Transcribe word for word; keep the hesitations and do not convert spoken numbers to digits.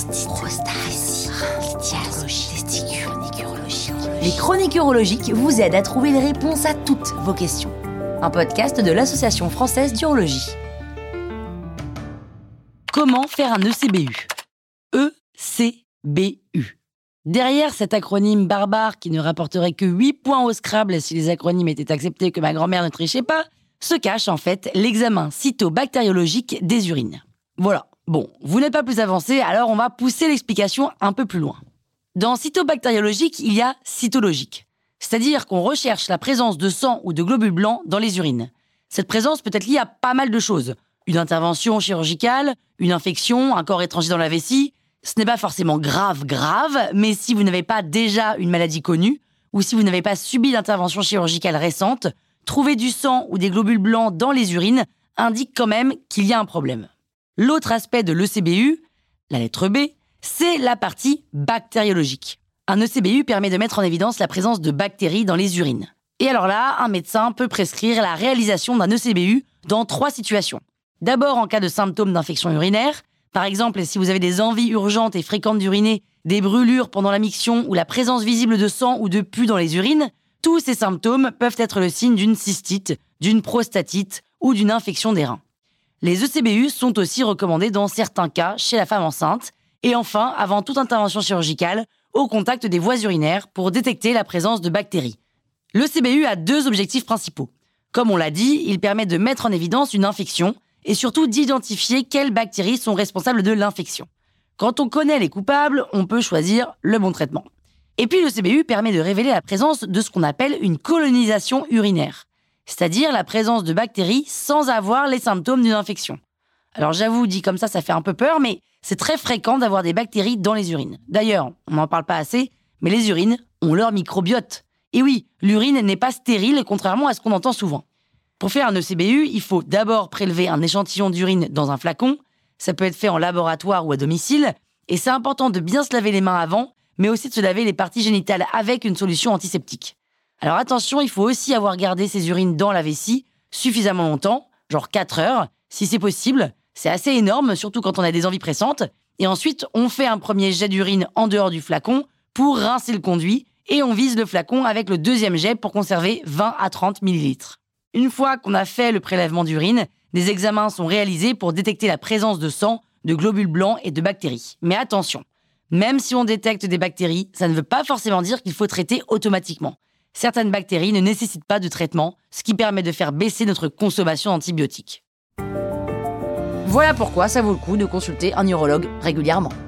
prostatie, Les chroniques urologiques vous aident à trouver les réponses à toutes vos questions. Un podcast de l'Association française d'urologie. Comment faire un E C B U ? E C B U. Derrière cet acronyme barbare qui ne rapporterait que huit points au Scrabble si les acronymes étaient acceptés que ma grand-mère ne trichait pas, se cache en fait l'examen cytobactériologique des urines. Voilà. Bon, vous n'êtes pas plus avancé, alors on va pousser l'explication un peu plus loin. Dans cytobactériologique, il y a cytologique. C'est-à-dire qu'on recherche la présence de sang ou de globules blancs dans les urines. Cette présence peut être liée à pas mal de choses. Une intervention chirurgicale, une infection, un corps étranger dans la vessie. Ce n'est pas forcément grave, grave, mais si vous n'avez pas déjà une maladie connue, ou si vous n'avez pas subi d'intervention chirurgicale récente, trouver du sang ou des globules blancs dans les urines indique quand même qu'il y a un problème. L'autre aspect de l'E C B U, la lettre B, c'est la partie bactériologique. Un E C B U permet de mettre en évidence la présence de bactéries dans les urines. Et alors là, un médecin peut prescrire la réalisation d'un E C B U dans trois situations. D'abord en cas de symptômes d'infection urinaire, par exemple si vous avez des envies urgentes et fréquentes d'uriner, des brûlures pendant la miction ou la présence visible de sang ou de pus dans les urines, tous ces symptômes peuvent être le signe d'une cystite, d'une prostatite ou d'une infection des reins. Les E C B U sont aussi recommandés dans certains cas chez la femme enceinte et enfin, avant toute intervention chirurgicale, au contact des voies urinaires pour détecter la présence de bactéries. L'E C B U a deux objectifs principaux. Comme on l'a dit, il permet de mettre en évidence une infection et surtout d'identifier quelles bactéries sont responsables de l'infection. Quand on connaît les coupables, on peut choisir le bon traitement. Et puis l'E C B U permet de révéler la présence de ce qu'on appelle une colonisation urinaire, c'est-à-dire la présence de bactéries sans avoir les symptômes d'une infection. Alors j'avoue, dit comme ça, ça fait un peu peur, mais c'est très fréquent d'avoir des bactéries dans les urines. D'ailleurs, on n'en parle pas assez, mais les urines ont leur microbiote. Et oui, l'urine n'est pas stérile, contrairement à ce qu'on entend souvent. Pour faire un E C B U, il faut d'abord prélever un échantillon d'urine dans un flacon. Ça peut être fait en laboratoire ou à domicile. Et c'est important de bien se laver les mains avant, mais aussi de se laver les parties génitales avec une solution antiseptique. Alors attention, il faut aussi avoir gardé ces urines dans la vessie suffisamment longtemps, genre quatre heures, si c'est possible. C'est assez énorme, surtout quand on a des envies pressantes. Et ensuite, on fait un premier jet d'urine en dehors du flacon pour rincer le conduit et on vise le flacon avec le deuxième jet pour conserver vingt à trente millilitres. Une fois qu'on a fait le prélèvement d'urine, des examens sont réalisés pour détecter la présence de sang, de globules blancs et de bactéries. Mais attention, même si on détecte des bactéries, ça ne veut pas forcément dire qu'il faut traiter automatiquement. Certaines bactéries ne nécessitent pas de traitement, ce qui permet de faire baisser notre consommation d'antibiotiques. Voilà pourquoi ça vaut le coup de consulter un urologue régulièrement.